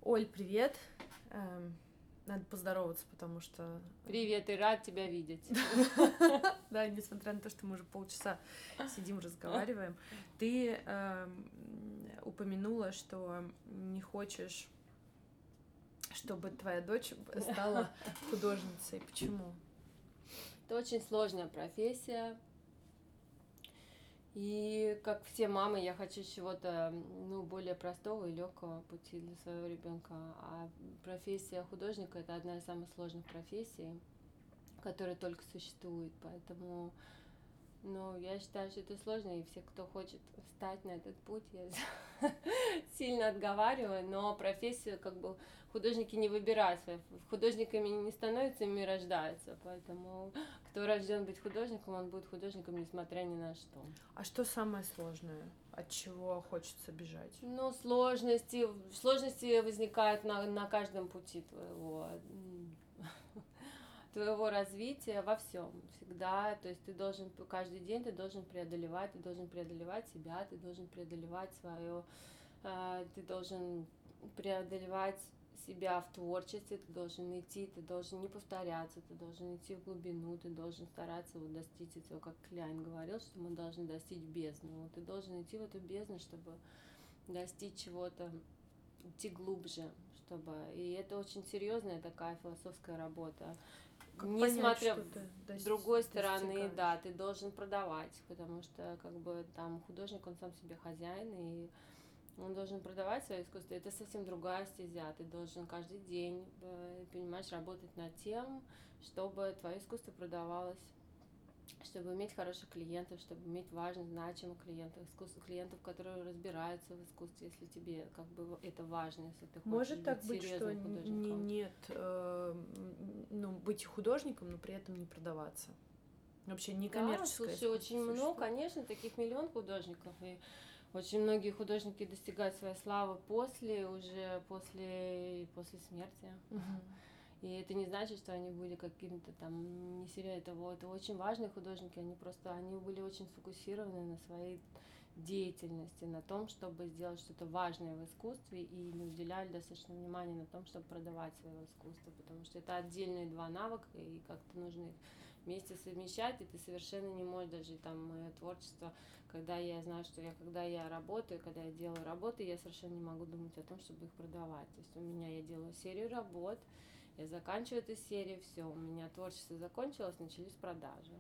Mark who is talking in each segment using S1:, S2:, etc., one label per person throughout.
S1: Оль, привет. Надо поздороваться, потому что...
S2: Привет, и рад тебя видеть.
S1: Да, несмотря на то, что мы уже полчаса сидим, разговариваем, ты упомянула, что не хочешь, чтобы твоя дочь стала художницей. Почему?
S2: Это очень сложная профессия. И как все мамы, я хочу чего-то более простого и легкого пути для своего ребенка. А профессия художника это одна из самых сложных профессий, которая только существует. Поэтому я считаю, что это сложно, и все, кто хочет встать на этот путь, я сильно отговариваю, но профессию художники не выбирают, художниками не становятся, ими рождаются, поэтому кто рожден быть художником, он будет художником, несмотря ни на что.
S1: А что самое сложное? От чего хочется бежать?
S2: Сложности возникают на каждом пути твоего развития во всем всегда, то есть каждый день ты должен преодолевать себя, ты должен преодолевать себя в творчестве, ты должен не повторяться, ты должен идти в глубину, ты должен стараться достичь этого, как Кляйн говорил, что мы должны достичь бездну, ты должен идти в эту бездну, чтобы достичь чего-то, идти глубже, и это очень серьезная такая философская работа. Несмотря с другой стороны, да, ты должен продавать, потому что там художник, он сам себе хозяин, и он должен продавать свое искусство. Это совсем другая стезя. Ты должен каждый день, понимаешь, работать над тем, чтобы твое искусство продавалось, чтобы иметь хороших клиентов, чтобы иметь важных, значимых клиентов, которые разбираются в искусстве, если тебе это важно, если ты хочешь
S1: Может так
S2: быть серьезным художником.
S1: Нет, быть художником, но при этом не продаваться. Вообще не коммерческое.
S2: Да, слушай, очень много, конечно, таких миллион художников, и очень многие художники достигают своей славы после смерти. И это не значит, что они были какими-то там несерьезными. Это очень важные художники, они были очень сфокусированы на своей деятельности, на том, чтобы сделать что-то важное в искусстве, и не уделяли достаточно внимания на том, чтобы продавать свое искусство, потому что это отдельные два навыка, и как-то нужно их вместе совмещать, и ты совершенно не можешь даже мое творчество, когда я знаю, что когда я работаю, когда я делаю работы, я совершенно не могу думать о том, чтобы их продавать. То есть я делаю серию работ, я заканчиваю эту серию, все, у меня творчество закончилось, начались продажи.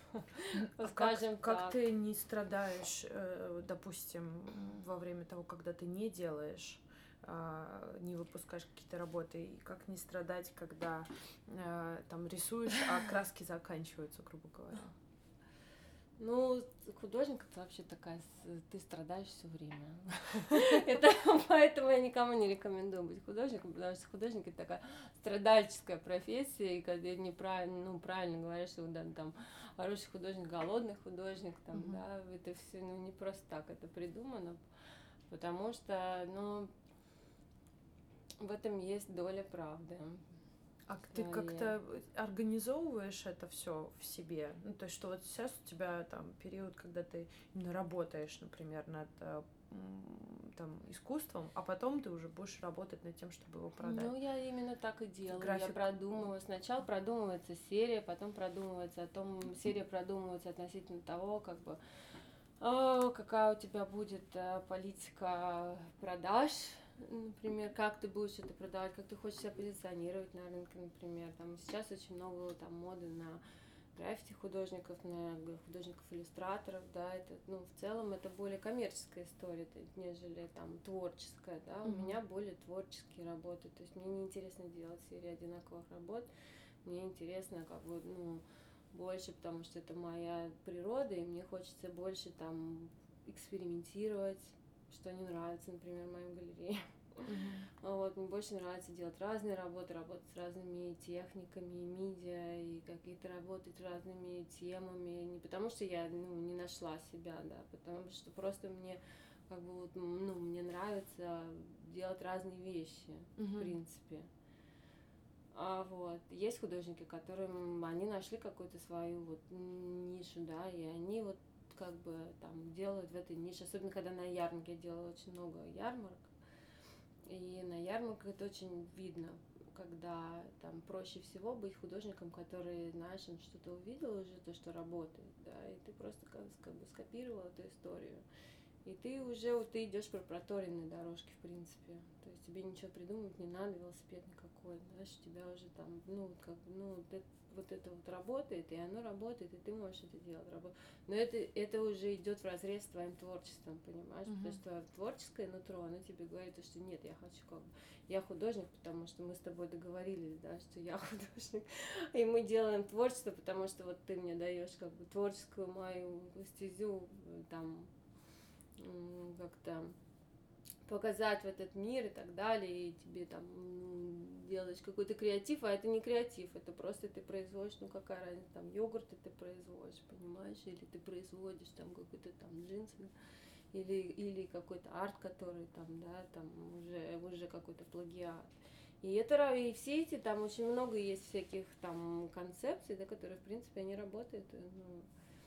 S1: Как ты не страдаешь, допустим, во время того, когда ты не делаешь, не выпускаешь какие-то работы, и как не страдать, когда там рисуешь, а краски заканчиваются, грубо говоря?
S2: Художник это вообще ты страдаешь все время. Поэтому я никому не рекомендую быть художником, потому что художник это такая страдальческая профессия, и когда правильно говорят, что там хороший художник, голодный художник, да, это все не просто так это придумано, потому что в этом есть доля правды.
S1: А ты как-то организовываешь это все в себе? То есть, что сейчас у тебя там период, когда ты именно работаешь, например, над искусством, а потом ты уже будешь работать над тем, чтобы его продать.
S2: Я именно так и делаю. Я продумываю. Сначала продумывается серия, потом серия продумывается относительно того, какая у тебя будет политика продаж, например, как ты будешь это продавать, как ты хочешь себя позиционировать на рынке, например. Сейчас очень много моды на граффити-художников, на художников-иллюстраторов, да, это, в целом это более коммерческая история, нежели творческая, да, у меня более творческие работы, то есть мне не интересно делать серию одинаковых работ, мне интересно больше, потому что это моя природа, и мне хочется больше экспериментировать, что не нравится, например, моей галерее. Мне больше нравится делать разные работать с разными техниками, медиа, и какие-то работать разными темами, не потому что я не нашла себя, да, потому что просто мне мне нравится делать разные вещи, в принципе. Есть художники, которым они нашли какую-то свою нишу, да, и они делают в этой нише, особенно когда на ярмарке, я делаю очень много ярмарок, и на ярмарках это очень видно, когда там проще всего быть художником, который, знаешь, он что-то увидел уже, то, что работает, да, и ты просто как бы скопировал эту историю. И ты уже ты идешь по проторенной дорожке, в принципе. То есть тебе ничего придумывать не надо, велосипед никакой, знаешь, у тебя уже там, вот это вот работает, и оно работает, и ты можешь это делать. Но это уже идет вразрез с твоим творчеством, понимаешь? Потому что твое творческое нутро, оно тебе говорит, что нет, я хочу как бы, я художник, потому что мы с тобой договорились, да, что я художник, и мы делаем творчество, потому что вот ты мне даешь как бы творческую мою стезю, там, как-то показать в этот мир и так далее, и тебе там делаешь какой-то креатив, а это не креатив, это просто ты производишь, ну какая разница, там йогурты ты производишь, понимаешь, или ты производишь там какой-то там джинсы, или какой-то арт, который там, да, там уже какой-то плагиат. И все эти, там очень много есть всяких там концепций, да, которые, в принципе, они работают, ну,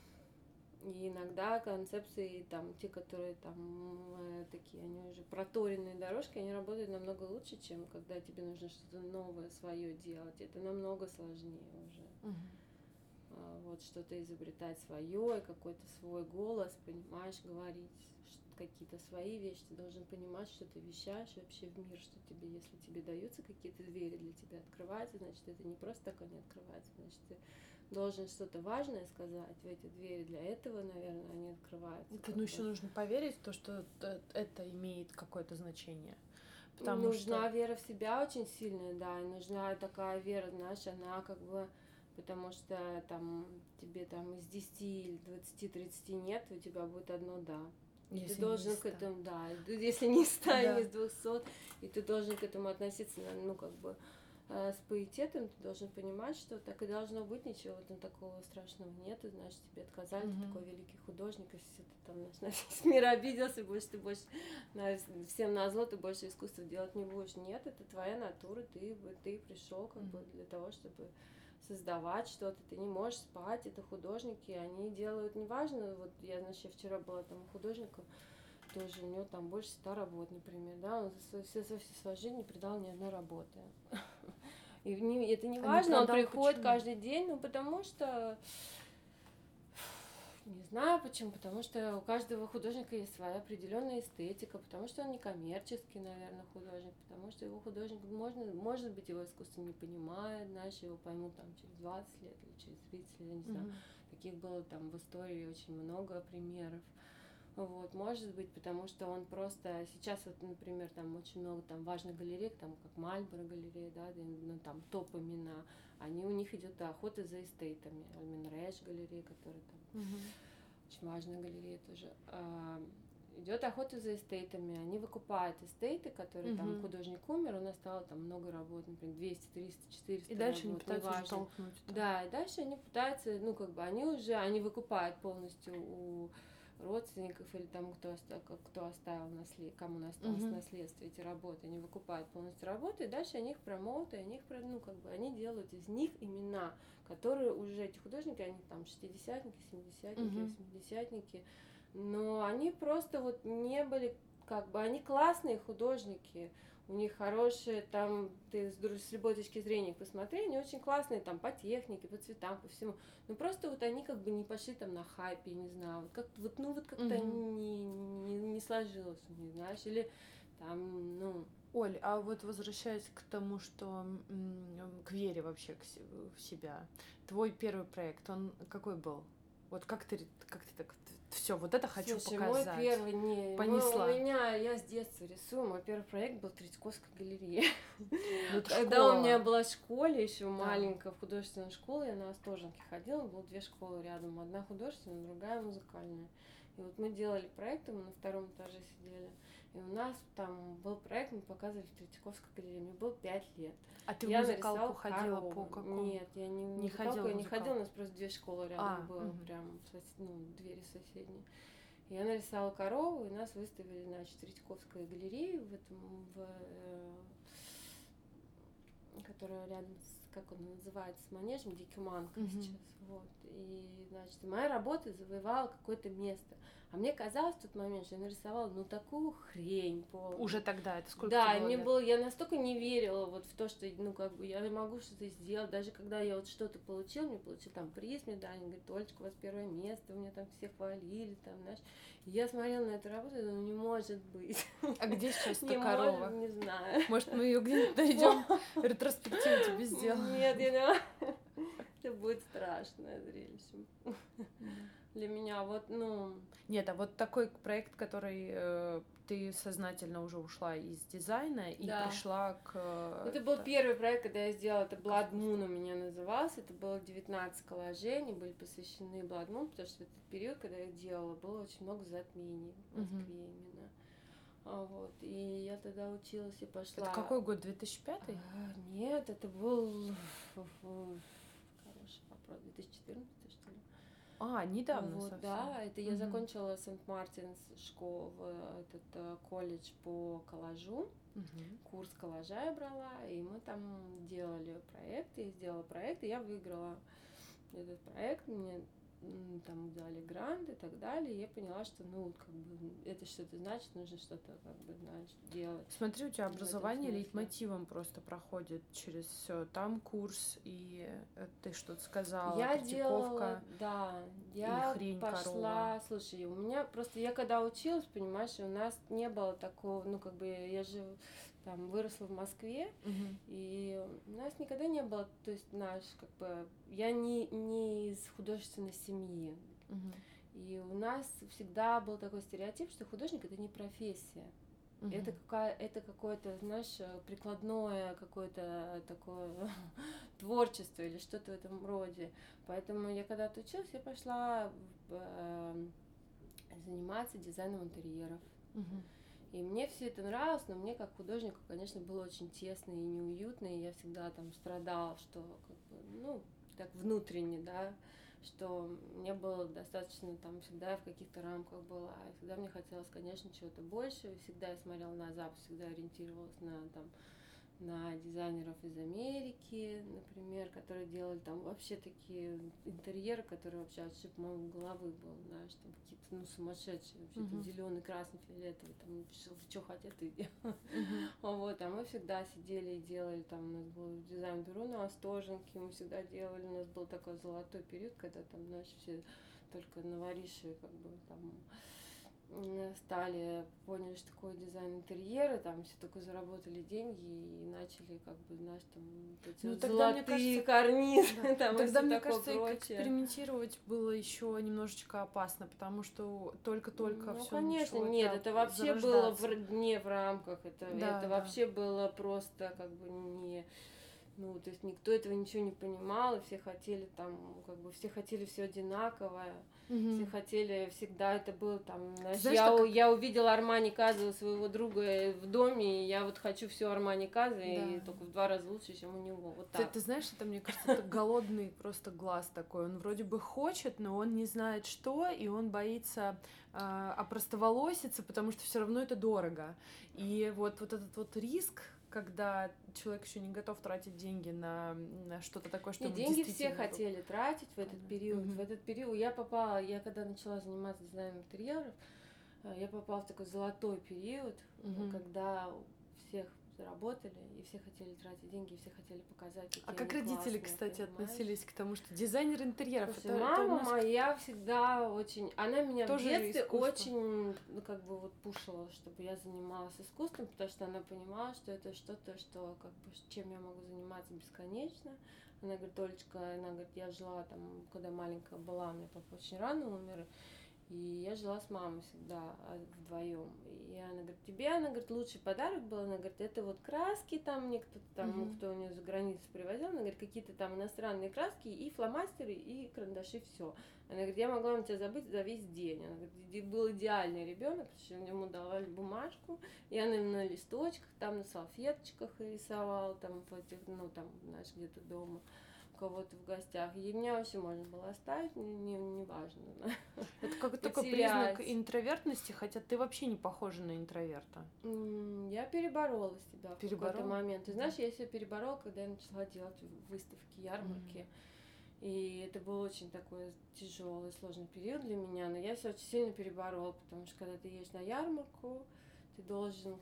S2: и иногда концепции, там, те, которые там такие, они уже проторенные дорожки, они работают намного лучше, чем когда тебе нужно что-то новое свое делать. Это намного сложнее уже. Вот что-то изобретать свое, какой-то свой голос, понимаешь, говорить какие-то свои вещи. Ты должен понимать, что ты вещаешь вообще в мир, что тебе, если тебе даются какие-то двери для тебя открываются, значит, это не просто так они открываются, значит, ты должен что-то важное сказать в эти двери, для этого, наверное, они открываются.
S1: Ну еще нужно поверить в то, что это имеет какое-то значение.
S2: Нужна вера в себя очень сильная, да, и нужна такая вера, знаешь, она как бы, потому что там тебе там из 10 или 20-30 нет, у тебя будет одно да. И ты должен к этому, да, если не 100, не из 200, и ты должен к этому относиться, ну, как бы, с пиететом, ты должен понимать, что так и должно быть, ничего там такого страшного нет, значит, тебе отказали, ты такой великий художник, если ты там на весь мир обиделся, ты больше всем назло, ты больше искусства делать не будешь. Нет, это твоя натура, ты пришел как бы для того, чтобы создавать что-то, ты не можешь спать, это художники, они делают, неважно, вот я, значит, я вчера была там у художника, тоже у него там больше 100 работ, например, да, он за всю свою жизнь не придал ни одной работы. И это не важно, он приходит каждый день, ну, потому что, не знаю почему, потому что у каждого художника есть своя определенная эстетика, потому что он не коммерческий, наверное, художник, потому что его художник, может быть, его искусство не понимает, знаешь, его поймут там через 20 лет или через 30 лет, не знаю, таких было там в истории очень много примеров. Вот, может быть, потому что он просто сейчас, вот, например, там очень много там важных галерей, там как Мальборо галерея, да, ну, там топ имена, у них идет охота за эстейтами, Альмин-Рэш галерея, которая там очень важная галерея тоже. Идет охота за эстейтами, они выкупают эстейты, которые там художник умер, у нас стало там много работ, например, 200, 300, 400
S1: и дальше
S2: работ,
S1: они пытаются толкнуть.
S2: Да, и дальше они пытаются, ну, как бы, они выкупают полностью у родственников или там кто оставил кому осталось наследство эти работы, они выкупают полностью работы, и дальше они их промоутят, ну, как бы, они делают из них имена, которые уже, эти художники, они там 60-ники, 70-ники, 80-ники, но они просто вот не были, как бы, они классные художники, у них хорошие, там, ты с любой точки зрения их посмотри, они очень классные, там, по технике, по цветам, по всему. Но просто вот они как бы не пошли там на хайпе, не знаю, как-то не сложилось у них, знаешь, или там, ну...
S1: Оль, а вот возвращаясь к тому, что к вере вообще в себя, твой первый проект, он какой был? Вот как ты так все, вот это хочу показать.
S2: Мой первый,
S1: понесла.
S2: Я с детства рисую, мой первый проект был Третьяковская галерея. Когда у меня была в школе, еще маленькая художественная школа, я на восторженке ходила, было 2 школы рядом, одна художественная, другая музыкальная. И вот мы делали проекты, мы на 2-м этаже сидели, и у нас там был проект, мы показывали в Третьяковской галерее, мне было 5 лет.
S1: А ты в музыкалку ходила по какому?
S2: Нет, я не ходила, у нас просто 2 школы рядом было, прям, двери соседние. Я нарисовала корову, и нас выставили, значит, в Третьяковской галерее, которая рядом с как он называется, с манежем Дикиманка сейчас. Вот. И, значит, моя работа завоевала какое-то место. А мне казалось в тот момент, что я нарисовала, ну, такую хрень полную.
S1: Уже тогда, это сколько
S2: Да,
S1: тебе
S2: и мне
S1: лет?
S2: было, я настолько не верила вот в то, что, ну, как бы, я могу что-то сделать. Даже когда я вот что-то получила, мне получил там приз, медаль, они говорят, Олечка, у вас первое место, у меня там все хвалили, там, знаешь. И я смотрела на эту работу и думала, не может быть.
S1: А где сейчас
S2: Не
S1: эта корова?
S2: может, не знаю.
S1: Может, мы ее где-нибудь найдем, ретроспективу тебе сделаем?
S2: Нет, я не... Это будет страшное зрелище. Для меня вот, ну...
S1: Нет, а вот такой проект, который ты сознательно уже ушла из дизайна и
S2: Да.
S1: пришла к...
S2: Это был первый проект, когда я сделала, это Blood Moon у меня назывался, это было 19 коллажей, были посвящены Blood Moon, потому что в этот период, когда я делала, было очень много затмений в Москве именно. Вот, и я тогда училась и пошла...
S1: Это какой год, 2005?
S2: Нет, это был... Хороший вопрос, 2014, что ли?
S1: Недавно
S2: Вот,
S1: совсем.
S2: да, это я закончила Сент-Мартинс школу, этот колледж по коллажу, курс коллажа я брала, и мы там делали проекты, я сделала проект, и я выиграла этот проект, мне там дали грант и так далее, и я поняла, что, ну, как бы, это что-то значит, нужно что-то, как бы, значит, делать.
S1: Смотри, у тебя образование лейтмотивом просто проходит через все. Там курс, и ты что-то сказала,
S2: Я
S1: Третьяковка,
S2: делала, да, я
S1: хрень
S2: пошла,
S1: корова.
S2: слушай, у меня просто, я когда училась, понимаешь, у нас не было такого, ну, как бы, я же там выросла в Москве, и у нас никогда не было, то есть наш, как бы, я не из художественной семьи, и у нас всегда был такой стереотип, что художник — это не профессия. Это какое-то, знаешь, прикладное какое-то такое творчество или что-то в этом роде. Поэтому я когда-то училась, я пошла заниматься дизайном интерьеров. И мне все это нравилось, но мне как художнику, конечно, было очень тесно и неуютно, и я всегда там страдала, что, как бы, ну, так внутренне, да, что мне было достаточно там, всегда я в каких-то рамках была, и всегда мне хотелось, конечно, чего-то большего, всегда я смотрела на Запад, всегда ориентировалась на дизайнеров из Америки, например, которые делали там вообще такие интерьеры, которые вообще отшиб моей головы был, знаешь, там какие-то, ну, сумасшедшие, вообще там зеленый, красный, фиолетовый, там, что хотят и делают. Вот, а мы всегда сидели и делали, там, у нас был дизайн-бюро на Остоженке, мы всегда делали, у нас был такой золотой период, когда там, знаешь, все только новориши, как бы, там, поняли, что такое дизайн интерьера, там все только заработали деньги и начали, как бы, знаешь, там, эти
S1: Ну,
S2: вот
S1: тогда,
S2: золотые
S1: мне кажется,
S2: карнизы,
S1: да.
S2: там,
S1: Тогда,
S2: и
S1: мне
S2: такое
S1: кажется,
S2: прочее.
S1: экспериментировать было еще немножечко опасно, потому что только-только
S2: Ну,
S1: все
S2: конечно,
S1: начало
S2: нет, это вообще было не в рамках, это вообще было просто, как бы, не... Ну, то есть никто этого ничего не понимал, и все хотели там, как бы, все хотели все одинаковое, все хотели, всегда это было там, знаешь, я увидела Армани Каза у своего друга в доме, и я вот хочу все Армани Каза, и только в 2 раза лучше, чем у него, вот так.
S1: Ты знаешь, это, мне кажется, это голодный просто глаз такой, он вроде бы хочет, но он не знает что, и он боится опростоволоситься, потому что все равно это дорого. И вот этот вот риск, когда человек еще не готов тратить деньги на что-то такое, что ему
S2: деньги все
S1: действительно
S2: хотели тратить в этот период. В этот период я когда начала заниматься дизайном интерьеров, я попала в такой золотой период, когда всех заработали, и все хотели тратить деньги, и все хотели показать, какие
S1: А как
S2: они
S1: родители,
S2: классные,
S1: кстати,
S2: понимаешь?
S1: относились к тому, что дизайнер интерьеров?
S2: Слушай, мама моя всегда очень... Она меня
S1: тоже
S2: в детстве
S1: искусство.
S2: очень, ну, как бы, вот пушила, чтобы я занималась искусством, потому что она понимала, что это что-то, что, как бы, чем я могу заниматься бесконечно. Она говорит, Олечка, я жила там, когда маленькая была, у меня папа очень рано умер, и я жила с мамой всегда вдвоем. И она говорит, она говорит, лучший подарок был, она говорит, это вот краски там, мне кто-то там, кто у нее за границу привозил, она говорит, какие-то там иностранные краски, и фломастеры, и карандаши, все. Она говорит, я могла на тебя забыть за весь день. Она говорит, был идеальный ребенок, потому что ему давали бумажку, и она на листочках, там на салфеточках рисовала, там в этих, ну там, знаешь, где-то дома. кого-то в гостях, и меня вообще можно было оставить, не важно.
S1: Это как только признак интровертности, хотя ты вообще не похожа на интроверта.
S2: Я переборола себя в какой-то момент. Ты знаешь, я себя переборола, когда я начала делать выставки, ярмарки. И это был очень такой тяжелый, сложный период для меня, но я себя очень сильно переборола, потому что когда ты едешь на ярмарку, ты должен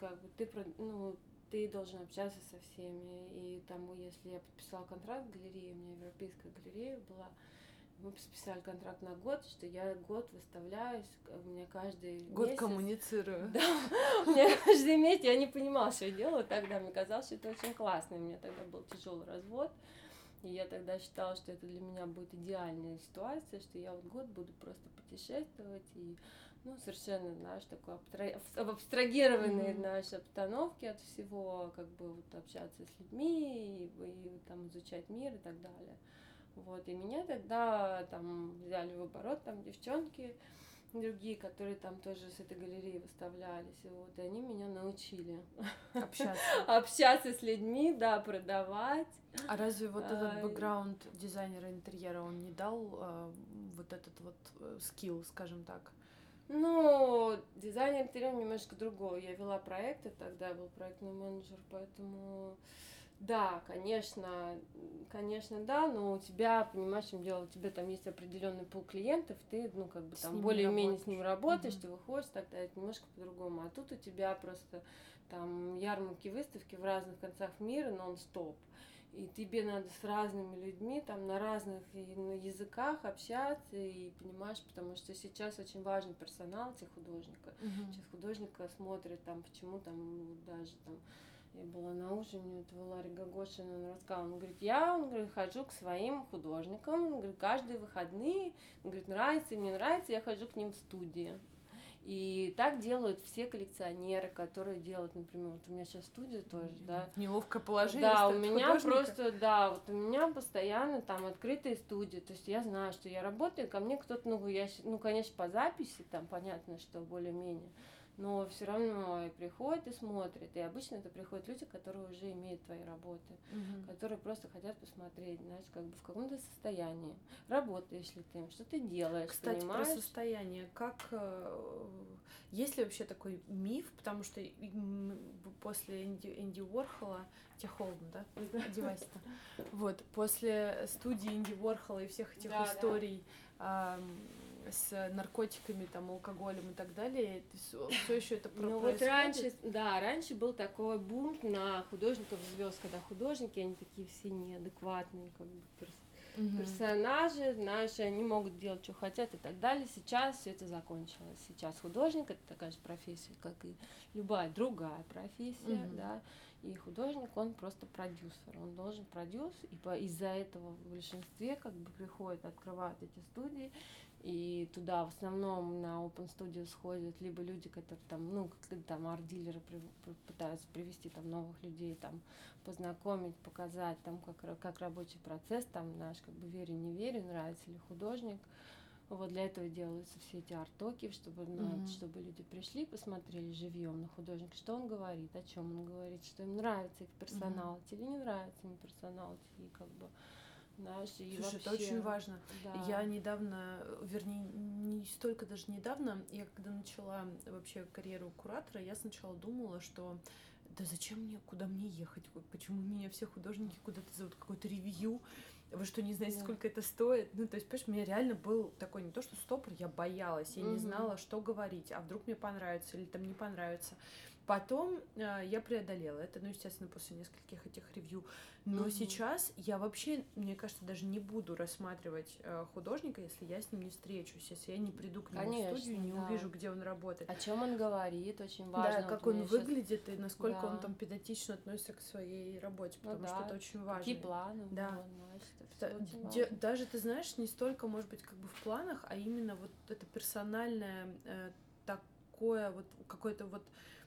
S2: ты должен общаться со всеми. И тому, если я подписала контракт в галерее, у меня европейская галерея была, мы подписали контракт на год, что я год выставляюсь, у меня каждый
S1: год
S2: месяц...
S1: коммуницирую.
S2: Да, у меня каждый месяц, я не понимала, что я делаю тогда, мне казалось, что это очень классно, у меня тогда был тяжелый развод, и я тогда считала, что это для меня будет идеальная ситуация, что я вот год буду просто путешествовать и совершенно, знаешь, такой в абстрагированной нашей обстановке от всего, как бы вот общаться с людьми и там изучать мир и так далее. Вот, и меня тогда там взяли в оборот там девчонки другие, которые там тоже с этой галереи выставлялись, и вот, и они меня научили общаться с людьми, да, продавать.
S1: А разве вот этот бэкграунд дизайнера интерьера, он не дал вот этот вот скилл, скажем так?
S2: Дизайнер интерьера немножко другой. Я вела проекты, тогда был проектный менеджер, поэтому да, конечно, да, но у тебя, понимаешь, в чем дело, у тебя там есть определенный пул клиентов, ты, там более-менее с ним работаешь, ты выходишь, тогда это немножко по-другому. А тут у тебя просто там ярмарки, выставки в разных концах мира нон-стоп. И тебе надо с разными людьми там на разных языках общаться, и понимаешь, потому что сейчас очень важен персонал тебе художника. Сейчас художника смотрят там, почему там даже там я была на ужине, это была Ларри Гагошина, он рассказал, он говорит, я хожу к своим художникам, он говорит, каждые выходные, он говорит, нравится, мне нравится, я хожу к ним в студии. И так делают все коллекционеры, которые делают, например, вот у меня сейчас студия тоже, да.
S1: Неловкое положение.
S2: Да, у меня просто, да, вот у меня постоянно там открытые студии, то есть я знаю, что я работаю, ко мне кто-то, конечно, по записи, там понятно, что более-менее, но все равно и приходят и смотрят. И обычно это приходят люди, которые уже имеют твои работы, которые просто хотят посмотреть, знаешь, как бы в каком-то состоянии. Работаешь ли ты, что ты делаешь,
S1: кстати,
S2: понимаешь?
S1: Про состояние. Есть ли вообще такой миф, потому что после Энди Уорхола, тебе холодно, да? Одевайся-то. Вот, после студии Энди Уорхола и всех этих историй с наркотиками, там, алкоголем и так далее, все еще это происходит?
S2: Раньше был такой бум на художников звезд, когда художники, они такие все неадекватные, как бы персонажи, знаешь, они могут делать, что хотят и так далее. Сейчас все это закончилось. Сейчас художник — это такая же профессия, как и любая другая профессия, да. И художник, он просто продюсер, он должен и из-за этого в большинстве как бы приходят, открывают эти студии, и туда в основном на Open Studio сходят либо люди, которые там, арт-дилеры пытаются привести там новых людей, там, познакомить, показать, там, как рабочий процесс, там, знаешь, как бы верю, не верю, нравится ли художник. Вот для этого делаются все эти арт-токи, чтобы люди пришли, посмотрели живьем на художника, что он говорит, о чем он говорит, что им нравится их персоналити или не нравится им персоналити, и как бы, знаешь, и
S1: слушай,
S2: вообще...
S1: это очень важно.
S2: Да.
S1: Я недавно, вернее, не столько даже недавно, я когда начала вообще карьеру куратора, я сначала думала, что да зачем мне, куда мне ехать, почему меня все художники куда-то зовут, какой-то ревью, вы что, не знаете, сколько это стоит? То есть, понимаешь, у меня реально был такой не то, что стопор, я боялась, я не знала, что говорить, а вдруг мне понравится или там не понравится. Потом я преодолела это, естественно, после нескольких этих ревью. Но сейчас я вообще, мне кажется, даже не буду рассматривать художника, если я с ним не встречусь, если я не приду к нему в студию, не увижу, где он работает.
S2: О чем он говорит, очень важно.
S1: Да, как он выглядит и насколько он там педантично относится к своей работе, потому что это очень важно.
S2: Какие планы?
S1: Да. Даже, ты знаешь, не столько, может быть, как бы в планах, а именно вот это персональное такое вот какое-то вот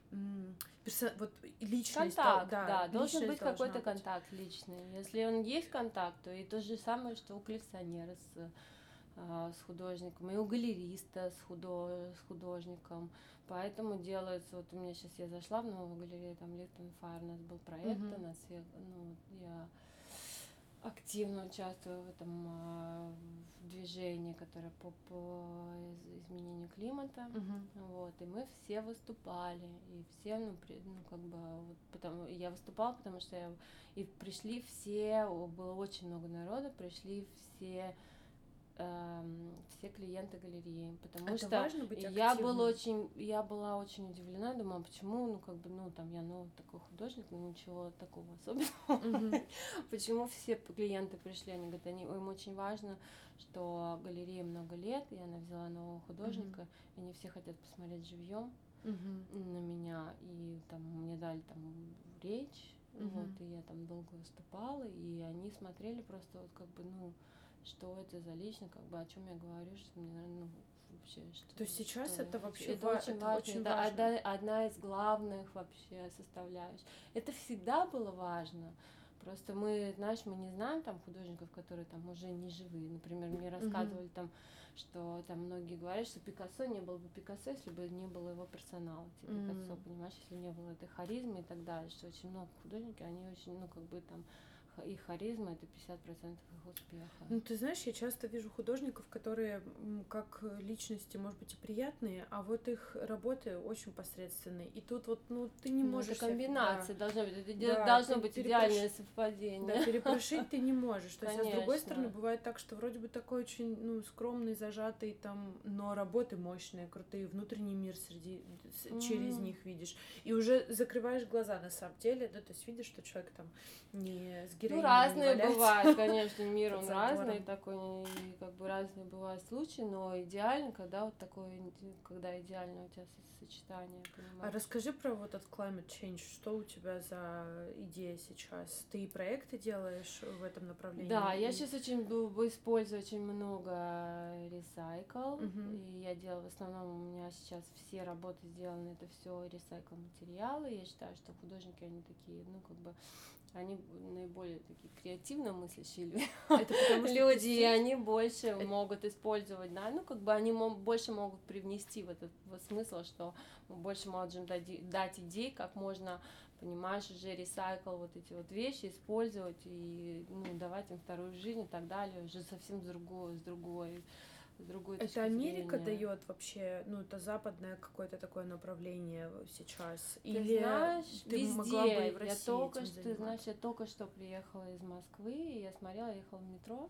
S1: личность.
S2: Контакт, да, должен быть какой-то контакт личный. Если он есть контакт, то и то же самое, что у коллекционера с художником, и у галериста с художником. Поэтому делается, вот у меня сейчас, я зашла в новую галерею, там Licht and Fire, у нас был проект, у нас я активно участвую в этом в движении, которое по изменению климата. Вот, и мы все выступали, и все, ну, как бы, вот, я выступала, потому что и пришли все, было очень много народа, пришли все клиенты галереи, потому
S1: это
S2: что
S1: важно быть
S2: я была очень удивлена, думаю, почему, ну, как бы, ну, там, я, ну, такой художник, ну, ничего такого особенного, почему все клиенты пришли, они говорят, им очень важно, что галерее много лет, и она взяла нового художника, и они все хотят посмотреть живьем на меня, и там мне дали там речь, вот, и я там долго выступала, и они смотрели просто вот как бы, ну, что это за личность, как бы о чем я говорю, что мне, ну, вообще, что...
S1: То есть сейчас
S2: что
S1: это вообще
S2: это очень важно,
S1: очень
S2: это
S1: важно.
S2: одна из главных вообще составляющих. Это всегда было важно. Просто мы, знаешь, мы не знаем там художников, которые там уже не живые. Например, мне рассказывали там, что там многие говорят, что Пикассо не был бы Пикассо, если бы не было его персонала. Пикассо, понимаешь, если не было этой харизмы и так далее, что очень много художников, они очень, ну, как бы там, их харизма — это 50% их успеха.
S1: Ну, ты знаешь, я часто вижу художников, которые как личности, может быть, и приятные, а вот их работы очень посредственные. И тут вот, ну, ты не можешь...
S2: Это комбинация должна быть, это
S1: Да,
S2: должно быть идеальное совпадение.
S1: Да, перепрошить ты не можешь. То есть, а с другой
S2: Конечно.
S1: стороны, бывает так, что вроде бы такой очень, ну, скромный, зажатый там, но работы мощные, крутые, внутренний мир через них видишь. И уже закрываешь глаза на самом деле, да, то есть видишь, что человек там не с героиней,
S2: ну, разные
S1: не
S2: бывают, конечно, мир он
S1: под забором.
S2: разный, такой, и как бы разные бывают случаи, но идеально, когда вот такое, когда идеально у тебя сочетание, понимаешь?
S1: А расскажи про вот этот climate change, что у тебя за идея сейчас? Ты и проекты делаешь в этом направлении?
S2: Да, я сейчас очень использую очень много recycle, и я делаю, в основном у меня сейчас все работы сделаны, это все recycle материалы. Я считаю, что художники, они такие, ну, как бы, они наиболее такие креативно мыслящие люди, и они больше могут использовать, да, ну, как бы они больше могут привнести в этот смысл, что мы больше можем дать идей, как можно, понимаешь, уже ресайкл, вот эти вот вещи использовать и, ну, давать им вторую жизнь и так далее, уже совсем с другой
S1: это Америка дает вообще, ну, это западное какое-то такое направление сейчас?
S2: Ты
S1: или
S2: знаешь,
S1: ты
S2: везде.
S1: могла бы и в России
S2: Ты знаешь, я только что приехала из Москвы, и я смотрела, ехала в метро,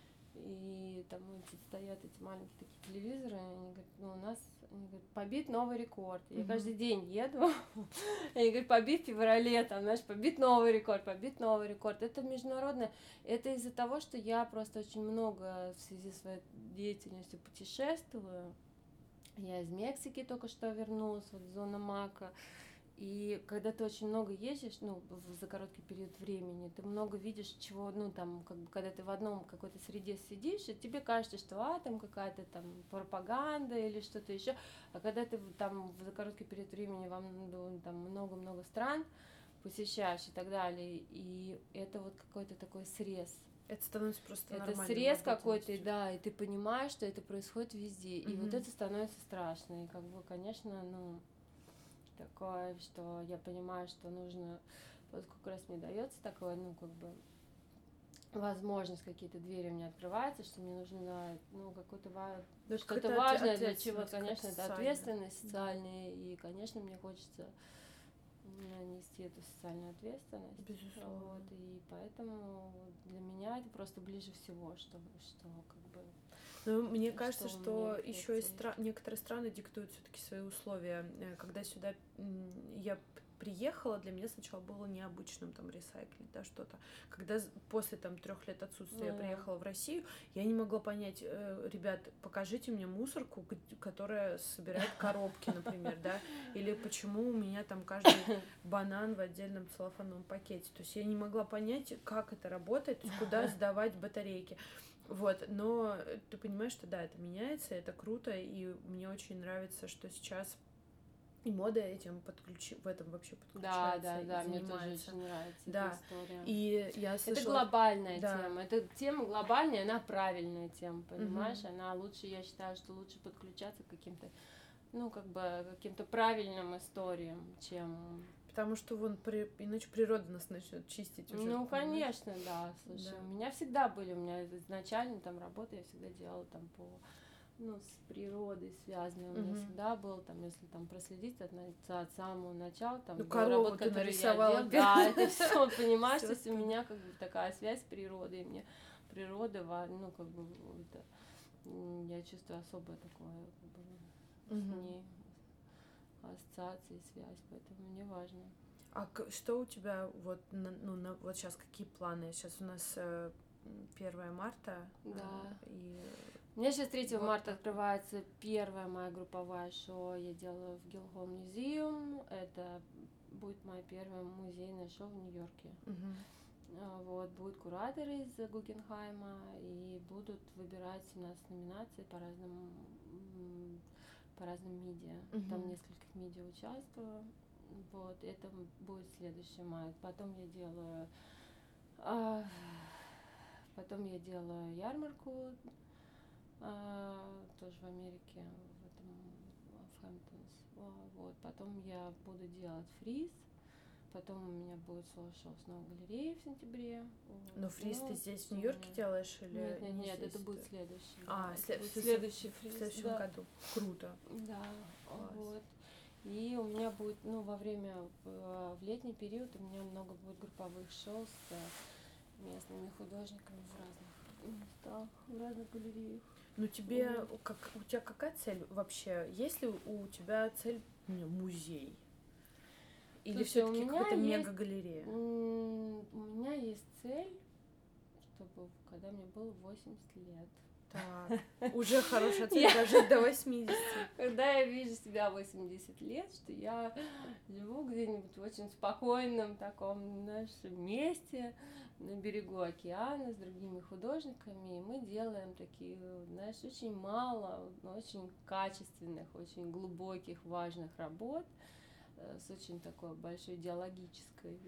S2: и там стоят эти маленькие такие телевизоры, и они говорят, ну, у нас, они говорят, побит новый рекорд. Я каждый день еду, и они говорят, побит в феврале, там, знаешь, побит новый рекорд. Это международное. Это из-за того, что я просто очень много в связи с своей деятельностью путешествую. Я из Мексики только что вернулась, вот зона Мака. И когда ты очень много ездишь, ну, за короткий период времени, ты много видишь чего, ну, там, как бы, когда ты в одном какой-то среде сидишь, и тебе кажется, что, там какая-то там пропаганда или что-то еще, а когда ты там за короткий период времени там много-много стран посещаешь и так далее, и это вот какой-то такой срез.
S1: Это становится просто нормально.
S2: Это срез какой-то, да, и ты понимаешь, что это происходит везде, и вот это становится страшно, и как бы, конечно, ну, такое, что я понимаю, что нужно, вот сколько раз мне дается такое, ну, как бы, возможность, какие-то двери мне открываются, что мне нужно, ну, что-то важное для чего, конечно, это ответственность социальная, и, конечно, мне хочется нести эту социальную ответственность.
S1: Безусловно.
S2: Вот, и поэтому для меня это просто ближе всего, что как бы...
S1: Ну, мне кажется, что еще и некоторые страны диктуют все-таки свои условия. Когда сюда я приехала, для меня сначала было необычным там ресайклить, да, что-то. Когда после там 3 лет отсутствия я приехала в Россию, я не могла понять, ребят, покажите мне мусорку, которая собирает коробки, например, да, или почему у меня там каждый банан в отдельном целлофановом пакете. То есть я не могла понять, как это работает, то есть куда сдавать батарейки. Вот, но ты понимаешь, что да, это меняется, это круто, и мне очень нравится, что сейчас и мода этим в этом вообще подключается.
S2: Да, мне тоже очень нравится эта история.
S1: И я слышала...
S2: Это глобальная тема, эта тема глобальная, она правильная тема, понимаешь, она лучше, я считаю, что лучше подключаться к каким-то, ну, как бы, каким-то правильным историям, чем...
S1: Потому что иначе природа нас начнет чистить уже.
S2: Ну,
S1: понимаешь?
S2: конечно, да. Слушай,
S1: Да.
S2: у меня всегда были, у меня изначально там работа, я всегда делала там с природой связано. У меня
S1: Мгм.
S2: всегда было, там, если там проследить от самого начала, там,
S1: Ну,
S2: была
S1: корову
S2: работа,
S1: ты
S2: которую я
S1: нарисовала.
S2: делала. Да, это все, понимаешь,
S1: Всё
S2: то есть у
S1: оттуда.
S2: меня как бы такая связь с природой, и мне природа, ну, как бы, это, я чувствую особое такое, как бы, с
S1: Мгм.
S2: ней ассоциации, связь, поэтому мне важно.
S1: А что у тебя вот, вот сейчас какие планы? Сейчас у нас 1 марта.
S2: Да.
S1: И
S2: У меня сейчас 3
S1: вот
S2: марта
S1: так.
S2: открывается первое мое групповое шоу, я делаю в Guildhall Museum, это будет мое первое музейное шоу в Нью-Йорке.
S1: Мгм.
S2: Вот, будут кураторы из Гугенхайма, и будут выбирать 17 номинаций по разным медиа. Там
S1: Мгм.
S2: нескольких медиа участвую. Вот, это будет следующий май. А, Потом я делаю ярмарку, тоже в Америке, в Хэмптонс. Вот. Потом я буду делать фриз. Потом у меня будет соло-шоу с новой галереей в сентябре. Вот.
S1: Но фриз ты
S2: Ну,
S1: здесь в Нью-Йорке делаешь или
S2: Нет,
S1: не
S2: нет,
S1: здесь?
S2: это будет следующий.
S1: А,
S2: это будет следующий
S1: в
S2: фриз.
S1: следующем
S2: Да.
S1: году. Круто.
S2: Да,
S1: Класс.
S2: вот. И у меня будет, в летний период у меня много будет групповых шоу с местными художниками в разных местах, в разных галереях.
S1: Ну у тебя какая цель вообще? Есть ли у тебя цель музей? Или
S2: Слушай,
S1: все-таки какая-то мега-галерея?
S2: У меня есть цель, чтобы когда мне было 80 лет.
S1: Так, уже хорошая цель дожить до 80.
S2: Когда я вижу себя 80 лет, что я живу где-нибудь в очень спокойном таком, знаешь, месте на берегу океана с другими художниками, и мы делаем такие, знаешь, очень мало, но очень качественных, очень глубоких, важных работ с очень такой большой идеологической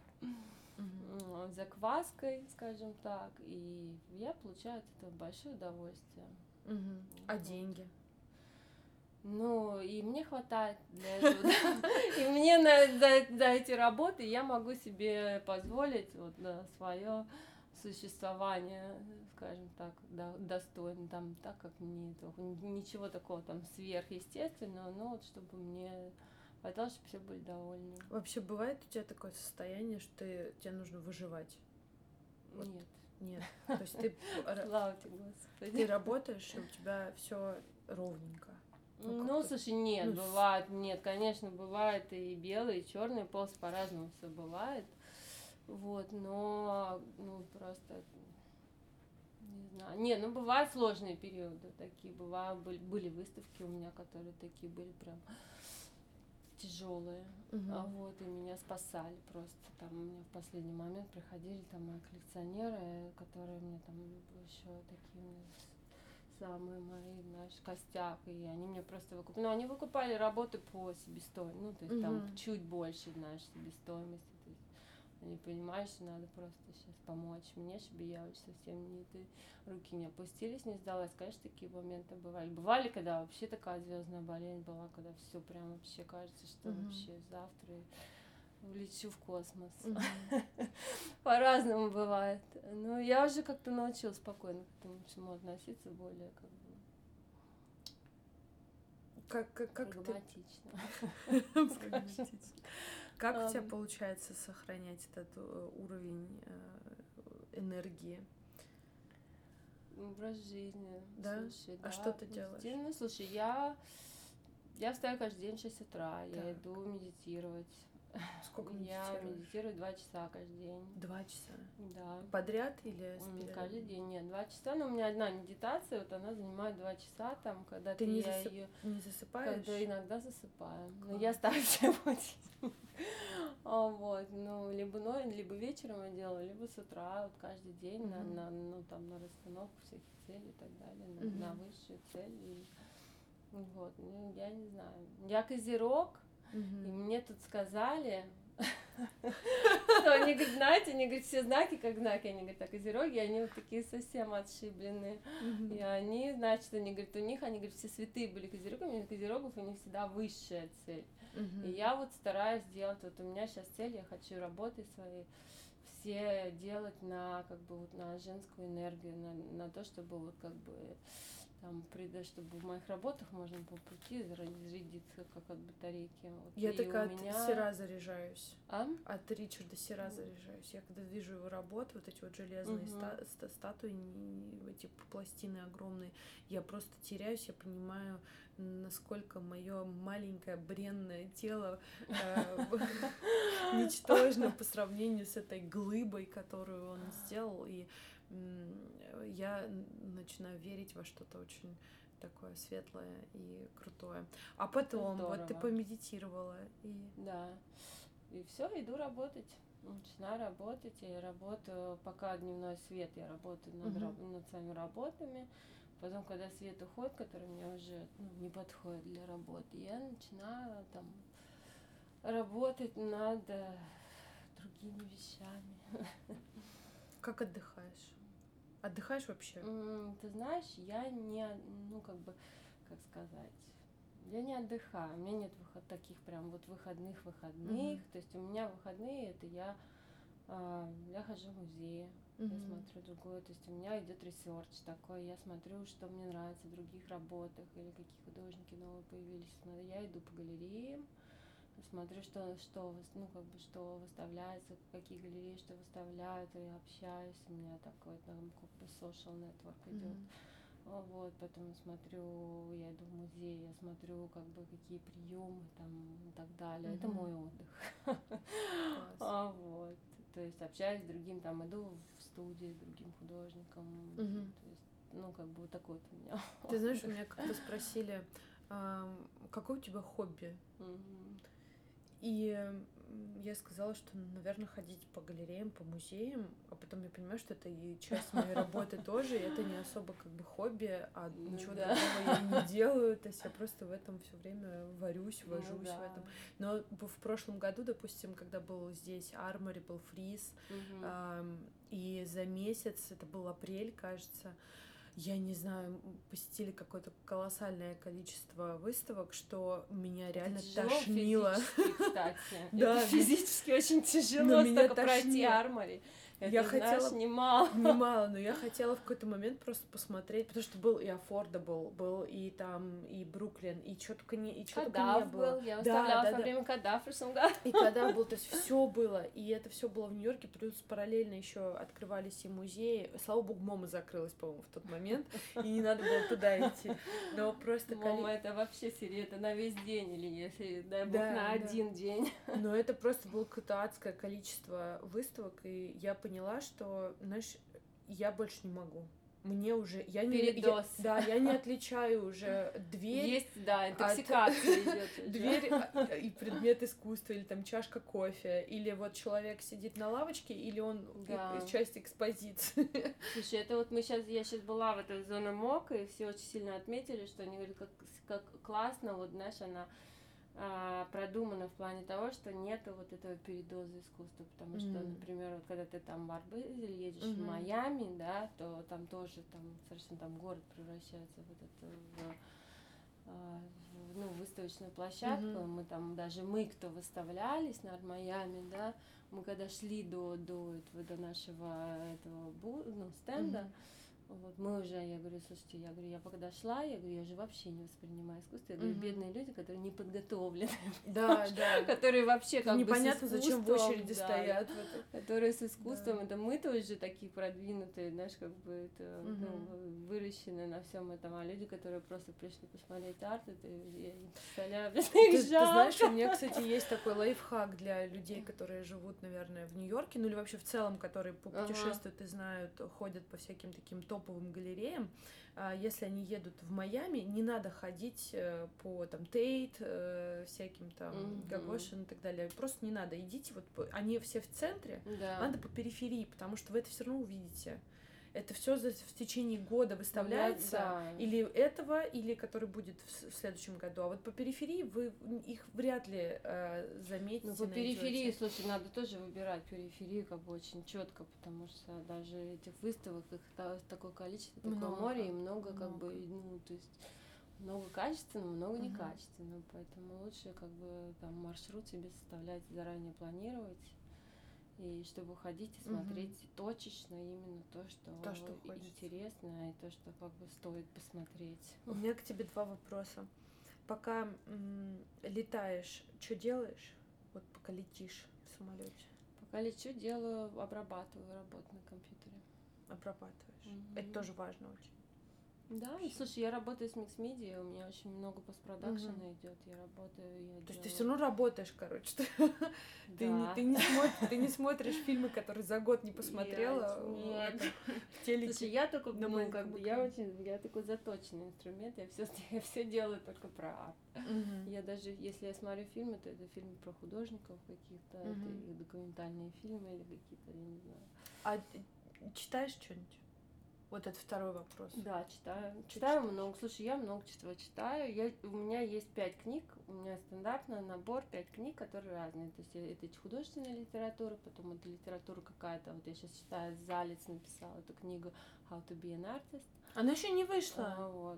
S2: закваской, скажем так, и я получаю от этого большое удовольствие.
S1: А деньги?
S2: Ну, и мне хватает для этого, и мне за эти работы я могу себе позволить вот свое существование, скажем так, достойно, там, так как мне ничего такого там сверхъестественного, но вот чтобы мне хватало, чтобы все были довольны.
S1: Вообще бывает у тебя такое состояние, что тебе нужно выживать? Вот.
S2: Нет.
S1: Нет. То есть ты
S2: Слава тебе, Господи.
S1: Ты работаешь, и у тебя все ровненько.
S2: Ну, слушай, нет, бывает, нет, конечно, бывает и белый, и черный полос, по-разному все бывает. Вот, но, просто, не знаю. Не, бывают сложные периоды такие, были выставки у меня, которые такие были прям тяжелые. Вот, и меня спасали просто. Там у меня в последний момент приходили там мои коллекционеры, которые мне там еще такие самые мои, знаешь, костяк, и они мне просто выкупали. Они выкупали работы по себестоимости, то есть там чуть больше, знаешь, себестоимости. То есть они понимают, что надо просто сейчас помочь мне, чтобы я очень совсем руки не опустились, не сдалась. Конечно, такие моменты бывали. Бывали, когда вообще такая звездная болезнь была, когда все прям вообще кажется, что вообще завтра улечу в космос. По-разному бывает. Но я уже как-то научилась спокойно к этому всему относиться более прагматично.
S1: Как у тебя получается сохранять этот уровень энергии?
S2: Образ жизни.
S1: Да?
S2: Слушай,
S1: а что ты делаешь?
S2: Ну, слушай, я встаю каждый день в 6 утра, я иду медитировать.
S1: Сколько
S2: Я медитирую 2 часа каждый день.
S1: 2 часа?
S2: Да.
S1: Подряд или с перерывом?
S2: Каждый день, нет, 2 часа, но у меня одна медитация, вот она занимает 2 часа, там, когда
S1: ты не засыпаешь?
S2: Когда иногда засыпаю. Но я ставлю себе будильник. Вот, либо вечером я делаю, либо с утра, вот каждый день на расстановку всех целей и так далее, на высшую цель. И, вот, я не знаю. Я козерог, и мне тут сказали, что они говорят, знаете, они говорят, все знаки как знаки, они говорят, козероги, они вот такие совсем отшибленные. И они, значит, они говорят, они говорят, все святые были козерогами, у козерогов у них всегда высшая цель. И я вот стараюсь делать, вот у меня сейчас цель, я хочу работы свои все делать на как бы вот на женскую энергию, на то, чтобы вот как бы там чтобы в моих работах можно было прийти зарядиться как от батарейки. Вот.
S1: Я
S2: И
S1: такая
S2: у меня...
S1: от Сера заряжаюсь.
S2: А?
S1: От Ричарда Сера заряжаюсь. Я когда вижу его работу, вот эти вот железные статуи, эти пластины огромные, я просто теряюсь, я понимаю, насколько мое маленькое бренное тело ничтожно по сравнению с этой глыбой, которую он сделал. И я начинаю верить во что-то очень такое светлое и крутое. А потом вот ты помедитировала и...
S2: Да. И все, иду работать. Начинаю работать, и работаю, пока дневной свет, я работаю над своими работами. Потом, когда свет уходит, который мне уже не подходит для работы, я начинаю там работать над другими вещами.
S1: Как отдыхаешь? Отдыхаешь вообще?
S2: Ты знаешь, я не, как сказать, я не отдыхаю, у меня нет таких прям вот выходных. То есть у меня выходные, это я хожу в музей, я смотрю другое, то есть у меня идет ресерч такой, я смотрю, что мне нравится в других работах или какие художники новые появились, я иду по галереям, смотрю, что выставляется, какие галереи что выставляют, и общаюсь, у меня такой там как бы social network идет. Вот, потом смотрю, я иду в музей, я смотрю, как бы какие приемы там и так далее. Это мой отдых. Вот. То есть общаюсь с другим, там иду в студию с другим художником. То есть, как бы вот такой вот у меня.
S1: Ты знаешь, у меня как-то спросили, какое у тебя хобби? И я сказала, что, наверное, ходить по галереям, по музеям, а потом я понимаю, что это и часть моей работы тоже, и это не особо как бы хобби, а ничего другого я не делаю, то есть я просто в этом все время вожусь в этом. Но в прошлом году, допустим, когда был здесь Армори, был Фриз, и за месяц, это был апрель, кажется, я не знаю, посетили какое-то колоссальное количество выставок, что меня реально тошнило.
S2: Физически, кстати.
S1: Да,
S2: это физически очень тяжело столько пройти Армори. Это,
S1: я хотела
S2: немало,
S1: но я хотела в какой-то момент просто посмотреть, потому что был и Affordable, был и там, и Бруклин, и что только не было.
S2: Был, я выставляла во время Каддаф в прошлом году.
S1: И Каддаф был, то есть все было, и это все было в Нью-Йорке, плюс параллельно еще открывались и музеи. Слава богу, МоМА закрылась, по-моему, в тот момент, и не надо было туда идти. Но просто...
S2: МоМА это вообще серия, это на весь день, или если, дай бог, на один день.
S1: Но это просто было какое-то адское количество выставок, и я поняла, что, знаешь, я больше не могу. Мне уже... Я не отличаю уже дверь...
S2: Есть, да, интоксикация идет.
S1: Дверь и предмет искусства, или там чашка кофе, или вот человек сидит на лавочке, или он часть экспозиции.
S2: Слушай, это вот я сейчас была в этой зоне МОК, и все очень сильно отметили, что они говорят, как классно, вот, знаешь, она продумано в плане того, что нету вот этого передоза искусства, потому что, например, вот когда ты там в Арбизе едешь в Майами, да, то там тоже там совершенно там город превращается в выставочную площадку. Мы там даже кто выставлялись на Майами, да, мы когда шли до нашего стенда. Вот мы уже, я говорю, слушайте, я пока шла, я уже вообще не воспринимаю искусство. Я говорю, бедные люди, которые не подготовлены.
S1: Да.
S2: Которые вообще как
S1: непонятно,
S2: бы
S1: зачем в очереди стоят.
S2: Которые с искусством, это мы-то уже такие продвинутые, знаешь, как бы это выращены на всем этом. А люди, которые просто пришли посмотреть арт, это я не представляю,
S1: ты знаешь, у меня, кстати, есть такой лайфхак для людей, которые живут, наверное, в Нью-Йорке, ну или вообще в целом, которые путешествуют и знают, ходят по всяким таким топовым галереям. Если они едут в Майами, не надо ходить по там Тейт, всяким там Гагошин и так далее. Просто не надо. Идите, вот они все в центре, надо по периферии, потому что вы это все равно увидите. Это все в течение года выставляется, или этого, или который будет в следующем году. А вот по периферии вы их вряд ли заметите.
S2: Ну, по периферии, слушай, надо тоже выбирать периферию как бы очень четко, потому что даже этих выставок, их такое количество, такое море, и много как бы, то есть много качественного, много некачественного, поэтому лучше как бы там маршрут себе составлять, заранее планировать, и чтобы ходить и смотреть точечно именно то, что интересно, и то, что как бы стоит посмотреть.
S1: У меня к тебе 2 вопроса. Пока летаешь, что делаешь? Вот пока летишь в самолете.
S2: Пока лечу, обрабатываю работу на компьютере.
S1: Обрабатываешь. Это тоже важно очень.
S2: Да, и слушай, я работаю с микс-медиа, у меня очень много постпродакшена идет, я работаю,
S1: То есть ты все равно работаешь, короче.
S2: Да.
S1: Ты не смотришь фильмы, которые за год не посмотрела.
S2: Нет.
S1: В телеке.
S2: Слушай, я только, я такой заточенный инструмент, я все делаю только про арт. Я даже, если я смотрю фильмы, то это фильмы про художников каких-то, это документальные фильмы или какие-то, я не знаю.
S1: А читаешь что-нибудь? Вот это второй вопрос.
S2: Да, читаю. Читаю много. Слушай, я много чего читаю. У меня есть 5 книг. У меня стандартный набор 5 книг, которые разные. То есть это художественная литература, потом это литература какая-то. Вот я сейчас читаю, Залец написал эту книгу How to be an artist.
S1: Она еще не вышла.
S2: Вот.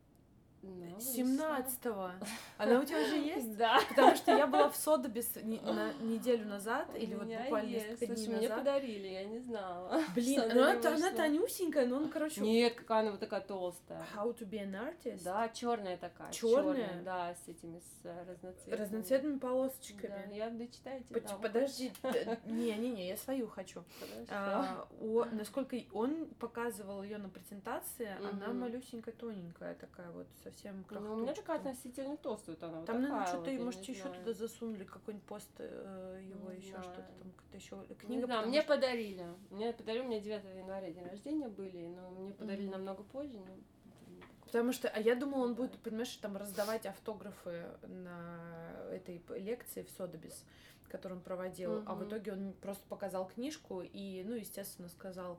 S1: 17-го. Она у тебя уже есть?
S2: Да.
S1: Потому что я была в Содобис неделю назад, или вот буквально несколько дней назад.
S2: Мне подарили, я не знала.
S1: Блин, она тонюсенькая, но он, короче...
S2: Нет, какая она вот такая толстая.
S1: How to be an artist?
S2: Да, черная такая.
S1: Черная?
S2: Да, с этими
S1: разноцветными полосочками.
S2: Да, я дочитайте.
S1: Подожди, не, я свою хочу. Насколько он показывал ее на презентации, она малюсенькая, тоненькая такая вот, совсем крохотушка.
S2: Ну, у меня такая относительно толстая, вот она.
S1: Там, наверное, что-то,
S2: вот,
S1: может, еще туда засунули, какой-нибудь пост его, еще что-то там, какая-то еще книга.
S2: Да, мне подарили. У меня 9 января день рождения были, но мне подарили намного позже.
S1: Потому что, я думала, он будет, понимаешь, там раздавать автографы на этой лекции в Содобис, которую он проводил, а в итоге он просто показал книжку и, ну, естественно, сказал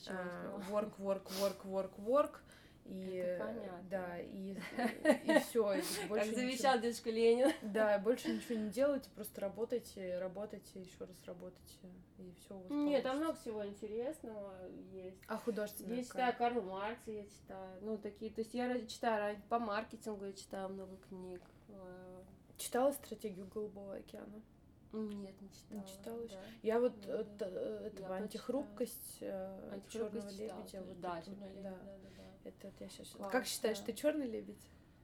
S1: work, и да, и все,
S2: как завещал дедушка Ленин.
S1: Да, больше ничего не делайте, просто работайте, еще раз работайте, и все у вас получится.
S2: Нет, там много всего интересного есть.
S1: А художественная?
S2: Я читаю Карла Маркса, я читаю, ну, такие, то есть я читаю по маркетингу, я читаю много книг.
S1: Читала «Стратегию Голубого океана»?
S2: Нет, не читала.
S1: Не читала?
S2: Да.
S1: Я вот этого антихрупкость черного лебедя. Вот
S2: да, черного лебедя, да.
S1: Это я сейчас. Как считаешь, ты черный лебедь?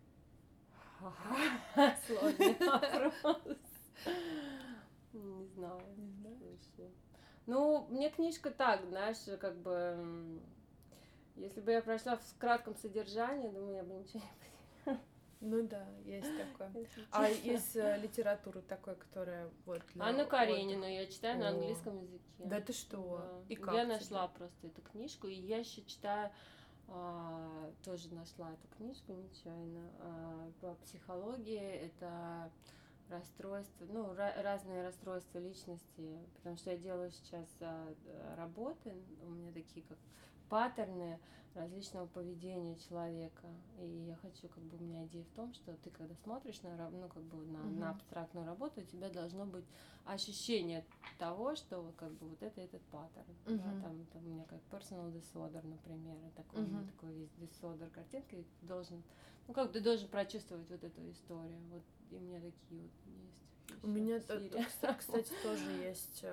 S2: Сложный вопрос. Не знаю. Ну, мне книжка так, знаешь, как бы, если бы я прошла в кратком содержании, думаю, я бы ничего не поняла.
S1: Ну да, есть такое. А из литературы такой, которая вот...
S2: Анну Каренину я читаю на английском языке.
S1: Да ты что?
S2: Да.
S1: И как
S2: я нашла просто эту книжку, и я еще читаю, тоже нашла эту книжку нечаянно, по психологии, это расстройства, ну, разные расстройства личности, потому что я делаю сейчас работы, у меня такие как паттерны различного поведения человека, и я хочу, как бы, у меня идея в том, что ты, когда смотришь на, ну, как бы, на абстрактную работу, у тебя должно быть ощущение того, что, как бы, вот это этот паттерн, да, там у меня как personal disorder, например, такой весь disorder картинка, и ты должен, ну, как бы, ты должен прочувствовать вот эту историю, вот, и у меня такие вот есть.
S1: У меня, кстати, тоже есть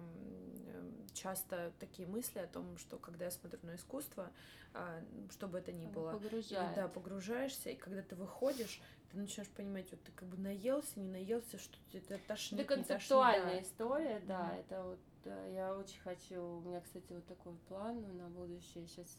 S1: часто такие мысли о том, что когда я смотрю на искусство, что бы это ни было, да, погружаешься, и когда ты выходишь, ты начинаешь понимать, вот ты как бы наелся, не наелся, что это тошнит,
S2: это концептуальная история, да, это вот, я очень хочу, у меня, кстати, вот такой план на будущее, сейчас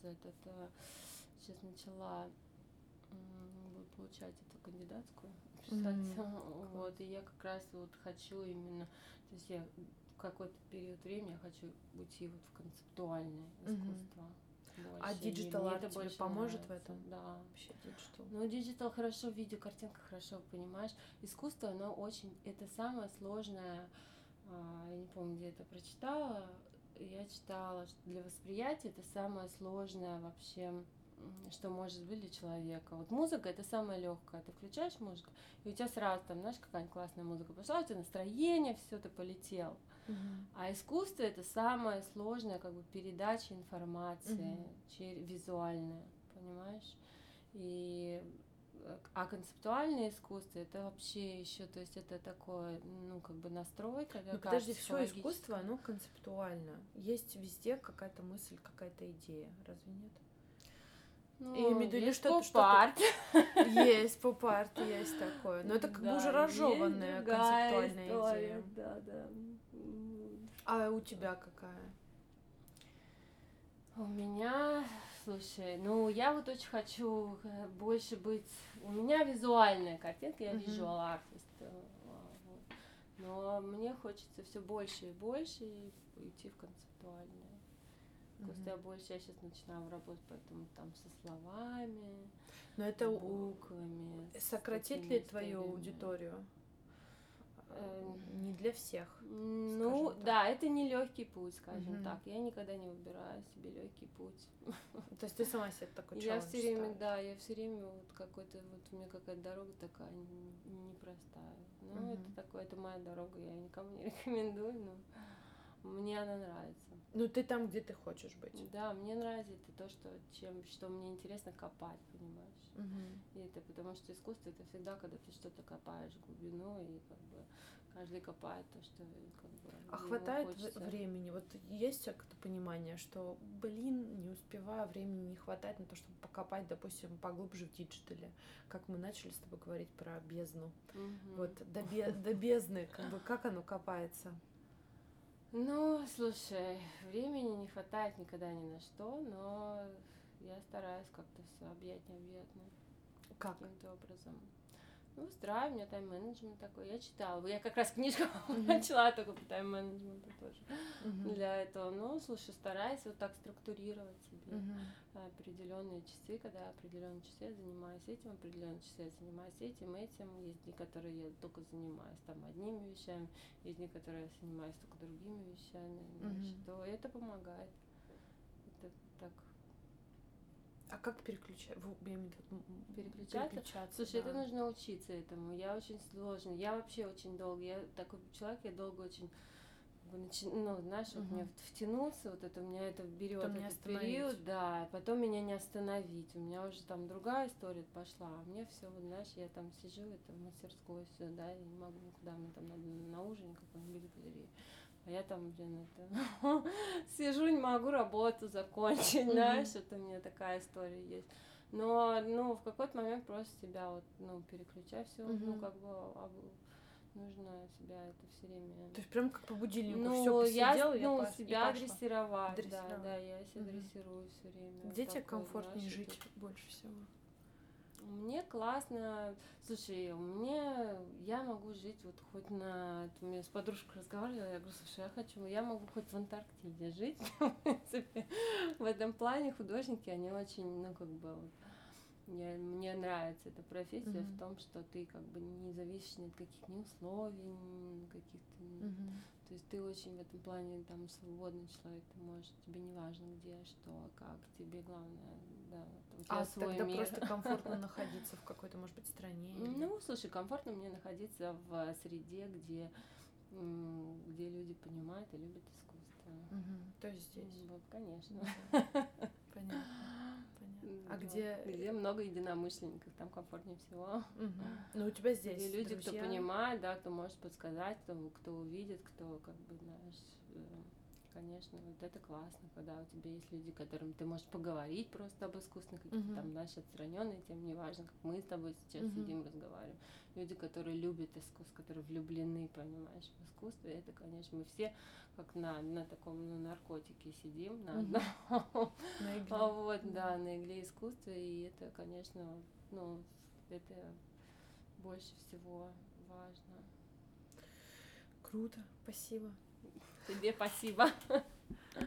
S2: начала получать эту кандидатскую, вот, и я как раз вот хочу именно, то есть я в какой-то период времени я хочу уйти вот в концептуальное искусство. Больше.
S1: А диджитал арт тебе поможет
S2: нравится.
S1: В этом?
S2: Да.
S1: Вообще диджитал.
S2: Ну, диджитал хорошо, видео, картинка хорошо, понимаешь. Искусство, оно очень, это самое сложное, я не помню, где это прочитала, я читала, что для восприятия это самое сложное вообще, что может быть для человека. Вот музыка — это самое легкое. Ты включаешь музыку, и у тебя сразу там, знаешь, какая-нибудь классная музыка пошла, у тебя настроение, все, ты полетел. А искусство — это самое сложное, как бы, передача информации визуальная, понимаешь? И А концептуальное искусство это вообще еще, то есть это такое, ну, как бы настройка.
S1: Ну подожди, все искусство, оно концептуально. Есть везде какая-то мысль, какая-то идея, разве нет?
S2: Ну,
S1: Я имею в виду, или
S2: есть
S1: что-то,
S2: поп-арт.
S1: Есть поп-арт, есть такое. Но это как бы уже разжеванная концептуальная идея.
S2: Да, да.
S1: А у тебя какая?
S2: У меня, слушай, ну я вот очень хочу больше быть. У меня визуальная картинка, я visual artist. Но мне хочется все больше и больше идти в концептуальное. Просто я сейчас начинаю работать, поэтому там со словами,
S1: но это
S2: буквами.
S1: Сократит ли твою аудиторию? Не для всех.
S2: Ну, да, это не легкий путь, скажем так. Я никогда не выбираю себе легкий путь.
S1: То есть ты сама себе такой челлендж
S2: Я все время, да, я все время вот какой-то, вот у меня какая-то дорога такая непростая. Ну, это такое, это моя дорога, я никому не рекомендую, но мне она нравится.
S1: Ну, ты там, где ты хочешь быть.
S2: Да, мне нравится это то, что мне интересно копать, понимаешь? И это потому что искусство это всегда, когда ты что-то копаешь в глубину, и как бы каждый копает то, что как бы.
S1: А хватает времени? Вот есть как-то понимание, что, не успеваю, времени не хватает на то, чтобы покопать, допустим, поглубже в диджитале, как мы начали с тобой говорить про бездну. Вот до бездны, как бы как оно копается?
S2: Ну, слушай, времени не хватает никогда ни на что, но я стараюсь как-то все объять необъятно.
S1: Как?
S2: Каким-то образом. Ну, устраиваю, у меня тайм-менеджмент такой. Я читала. Я как раз книжку начала только по тайм-менеджменту тоже. Для этого. Ну, слушай, стараюсь вот так структурировать себе определенные часы, когда определенные часы я занимаюсь этим, определенные часы я занимаюсь этим. Есть дни, которые я только занимаюсь там одними вещами, есть дни, которые я занимаюсь только другими вещами. То это помогает. Это так.
S1: А как переключаться?
S2: Слушай, это нужно учиться этому. Я очень сложно. Я вообще очень долго. Я такой человек, я долго очень. Ну, знаешь, вот мне втянуться, вот это у меня это берет этот период, да, потом меня не остановить. У меня уже там другая история пошла. А мне все, вот знаешь, я там сижу, это в мастерской все, да, я не могу никуда, мне там надо на ужин какой-нибудь галереи. А я там, сижу, не могу работу закончить, знаешь, это у меня такая история есть. Но, в какой-то момент просто себя вот, переключай все, как бы нужно себя это все время.
S1: То есть прям как по будильнику все посидела,
S2: я себя дрессировать, да, я себя дрессирую все время.
S1: Где тебе комфортнее жить больше всего?
S2: Мне классно. Слушай, я могу жить вот хоть у меня с подружкой разговаривала, я говорю, слушай, я могу хоть в Антарктиде жить, в принципе. В этом плане художники, они очень, мне нравится эта профессия в том, что ты как бы не зависишь ни от каких ни условий, ни каких-то. То есть ты очень в этом плане там свободный человек, ты можешь, тебе не важно где, что, как, тебе главное, да, у тебя свой
S1: тогда
S2: мир.
S1: просто комфортно находиться в какой-то, может быть, стране?
S2: Ну, слушай, комфортно мне находиться в среде, где люди понимают и любят искусство.
S1: То есть здесь?
S2: Вот, конечно.
S1: Понятно. А где
S2: много единомышленников, там комфортнее всего.
S1: Ну, у тебя здесь
S2: где люди,
S1: друзья?
S2: кто понимает, да, кто может подсказать, кто увидит, кто, как бы, знаешь, конечно, вот это классно, когда у тебя есть люди, которым ты можешь поговорить просто об искусстве, какие-то там, знаешь, отстраненные тем, неважно, как мы с тобой сейчас сидим, разговариваем. Люди, которые любят искусство, которые влюблены, понимаешь, в искусство, это, конечно, мы все как на таком наркотике сидим, на игле. Вот, да, на игле искусства, и это, конечно, это больше всего важно.
S1: Круто, спасибо.
S2: Тебе спасибо.